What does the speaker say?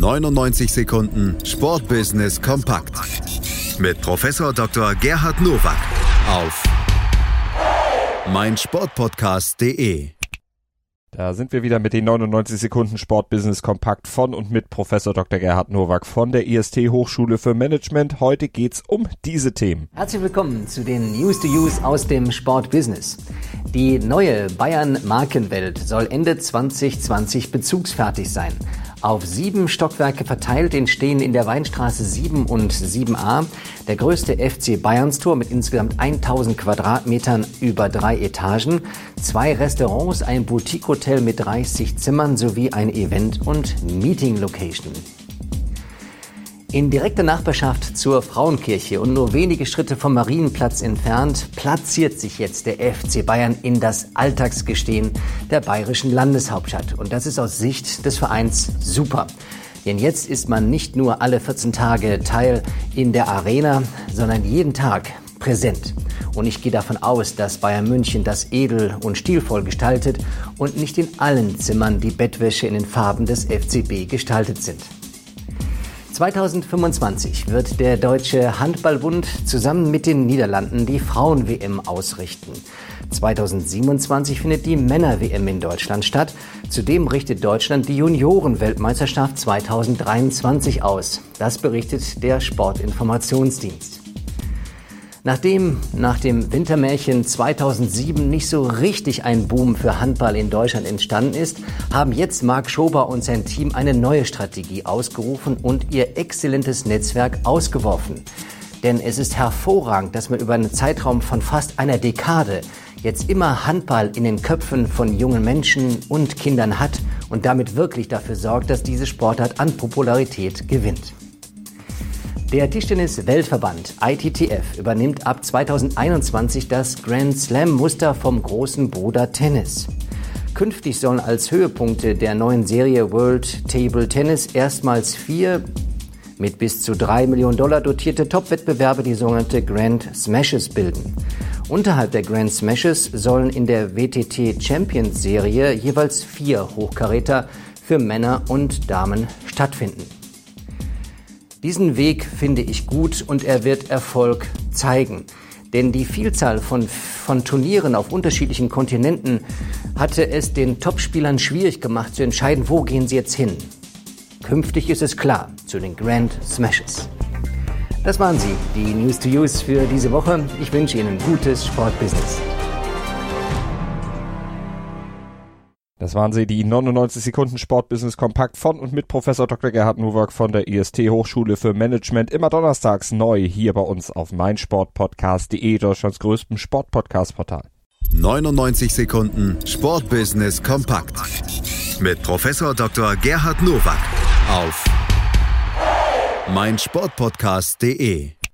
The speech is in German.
99 Sekunden Sportbusiness kompakt mit Professor Dr. Gerhard Nowak auf meinsportpodcast.de. Da sind wir wieder mit den 99 Sekunden Sportbusiness kompakt von und mit Professor Dr. Gerhard Nowak von der IST Hochschule für Management. Heute geht's um diese Themen. Herzlich willkommen zu den News to Use aus dem Sportbusiness. Die neue Bayern-Markenwelt soll Ende 2020 bezugsfertig sein. Auf 7 Stockwerke verteilt entstehen in der Weinstraße 7 und 7a der größte FC Bayerns-Tour mit insgesamt 1000 Quadratmetern über 3 Etagen, 2 Restaurants, ein Boutique-Hotel mit 30 Zimmern sowie ein Event- und Meeting-Location. In direkter Nachbarschaft zur Frauenkirche und nur wenige Schritte vom Marienplatz entfernt platziert sich jetzt der FC Bayern in das Alltagsgestehen der bayerischen Landeshauptstadt. Und das ist aus Sicht des Vereins super. Denn jetzt ist man nicht nur alle 14 Tage Teil in der Arena, sondern jeden Tag präsent. Und ich gehe davon aus, dass Bayern München das edel und stilvoll gestaltet und nicht in allen Zimmern die Bettwäsche in den Farben des FCB gestaltet sind. 2025 wird der Deutsche Handballbund zusammen mit den Niederlanden die Frauen-WM ausrichten. 2027 findet die Männer-WM in Deutschland statt. Zudem richtet Deutschland die Junioren-Weltmeisterschaft 2023 aus. Das berichtet der Sportinformationsdienst. Nachdem nach dem Wintermärchen 2007 nicht so richtig ein Boom für Handball in Deutschland entstanden ist, haben jetzt Marc Schober und sein Team eine neue Strategie ausgerufen und ihr exzellentes Netzwerk ausgeworfen. Denn es ist hervorragend, dass man über einen Zeitraum von fast einer Dekade jetzt immer Handball in den Köpfen von jungen Menschen und Kindern hat und damit wirklich dafür sorgt, dass diese Sportart an Popularität gewinnt. Der Tischtennis-Weltverband ITTF übernimmt ab 2021 das Grand Slam-Muster vom großen Bruder Tennis. Künftig sollen als Höhepunkte der neuen Serie World Table Tennis erstmals 4 mit bis zu $3 Millionen dotierte Top-Wettbewerbe, die sogenannte Grand Smashes, bilden. Unterhalb der Grand Smashes sollen in der WTT Champions Serie jeweils 4 Hochkaräter für Männer und Damen stattfinden. Diesen Weg finde ich gut und er wird Erfolg zeigen. Denn die Vielzahl von Turnieren auf unterschiedlichen Kontinenten hatte es den Topspielern schwierig gemacht zu entscheiden, wo gehen sie jetzt hin. Künftig ist es klar, zu den Grand Smashes. Das waren sie, die News to Use für diese Woche. Ich wünsche Ihnen gutes Sportbusiness. Das waren sie, die 99 Sekunden Sportbusiness kompakt von und mit Professor Dr. Gerhard Nowak von der IST Hochschule für Management. Immer donnerstags neu hier bei uns auf meinsportpodcast.de, Deutschlands größtem Sportpodcast-Portal. 99 Sekunden Sportbusiness kompakt mit Professor Dr. Gerhard Nowak auf meinsportpodcast.de.